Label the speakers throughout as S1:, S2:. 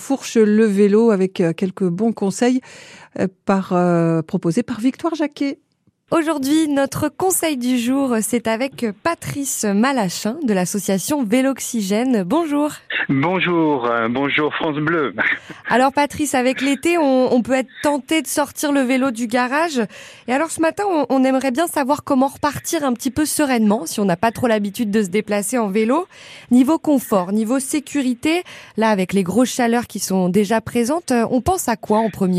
S1: enfourche le vélo avec quelques bons conseils proposés par Victoire Jacquet.
S2: Aujourd'hui, notre conseil du jour, c'est avec Patrice Malachin de l'association Véloxygène. Bonjour.
S3: Bonjour France Bleu.
S2: Alors Patrice, avec l'été, on peut être tenté de sortir le vélo du garage. Et alors ce matin, on aimerait bien savoir comment repartir un petit peu sereinement si on n'a pas trop l'habitude de se déplacer en vélo. Niveau confort, niveau sécurité, là avec les grosses chaleurs qui sont déjà présentes, on pense à quoi en premier ?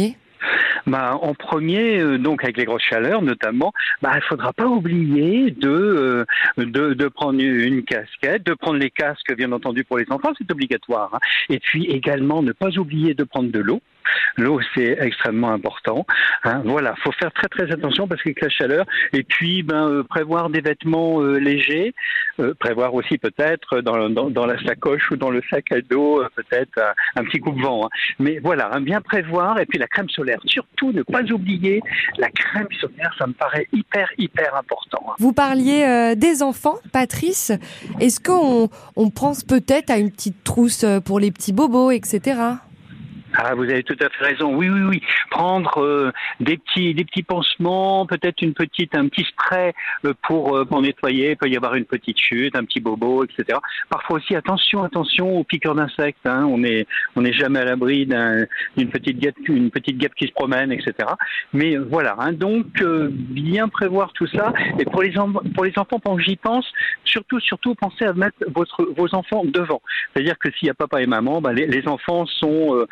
S3: En premier, donc avec les grosses chaleurs notamment, il faudra pas oublier de prendre une casquette, de prendre les casques bien entendu pour les enfants, c'est obligatoire. Hein. Et puis également ne pas oublier de prendre de l'eau. L'eau, c'est extrêmement important. Hein. Voilà, faut faire très très attention parce qu'avec la chaleur. Et puis, prévoir des vêtements légers, prévoir aussi peut-être dans la sacoche ou dans le sac à dos peut-être un petit coupe-vent. Hein. Mais voilà, bien prévoir. Et puis la crème solaire, surtout ne pas oublier la crème solaire. Ça me paraît hyper important. Hein.
S2: Vous parliez des enfants, Patrice. Est-ce qu'on pense peut-être à une petite trousse pour les petits bobos, etc.
S3: Ah, vous avez tout à fait raison. Oui. Prendre des petits pansements, peut-être un petit spray pour nettoyer. Il peut y avoir une petite chute, un petit bobo, etc. Parfois aussi, attention aux piqûres d'insectes. Hein. On n'est jamais à l'abri d'une petite guêpe qui se promène, etc. Mais voilà. Hein. Donc bien prévoir tout ça. Et pour les enfants, pendant que j'y pense, surtout pensez à mettre vos enfants devant. C'est-à-dire que s'il y a papa et maman, les enfants sont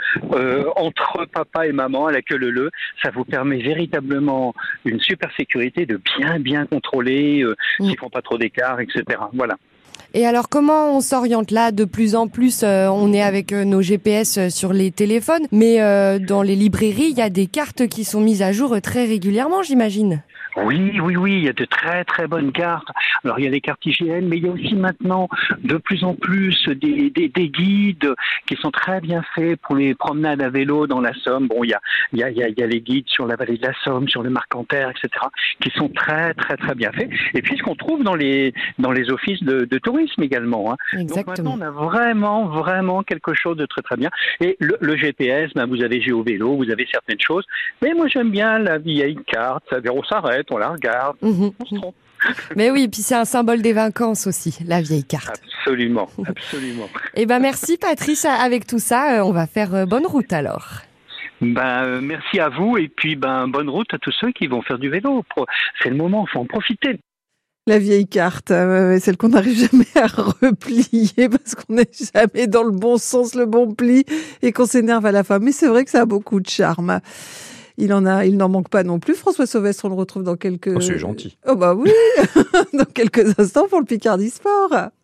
S3: entre papa et maman à la queue leu-leu, ça vous permet véritablement une super sécurité de bien contrôler s'ils font pas trop d'écart, etc. Voilà.
S2: Et alors comment on s'oriente là de plus en plus on est avec nos GPS sur les téléphones, mais dans les librairies, il y a des cartes qui sont mises à jour très régulièrement, j'imagine.
S3: Oui, il y a de très très bonnes cartes. Alors il y a les cartes IGN, mais il y a aussi maintenant de plus en plus des guides qui sont très bien faits pour les promenades à vélo dans la Somme. Bon, il y a les guides sur la vallée de la Somme, sur le Marcanterre, etc., qui sont très très très bien faits. Et puis ce qu'on trouve dans les offices de tourisme également. Hein.
S2: Exactement.
S3: Donc maintenant on a vraiment quelque chose de très très bien. Et le GPS, vous avez GeoVélo, vous avez certaines choses. Mais moi j'aime bien la vieille carte, c'est-à-dire on s'arrête, on la regarde, on se trompe.
S2: Mais oui, puis c'est un symbole des vacances aussi, la vieille carte.
S3: Absolument.
S2: Eh merci Patrice, avec tout ça, on va faire bonne route alors.
S3: Merci à vous et puis bonne route à tous ceux qui vont faire du vélo. C'est le moment, il faut en profiter.
S1: La vieille carte, celle qu'on n'arrive jamais à replier parce qu'on n'est jamais dans le bon sens, le bon pli et qu'on s'énerve à la fin. Mais c'est vrai que ça a beaucoup de charme. Il n'en manque pas non plus. François Sauvestre, on le retrouve dans quelques...
S4: Oh, c'est gentil.
S1: Oh oui, dans quelques instants pour le Picardie Sport.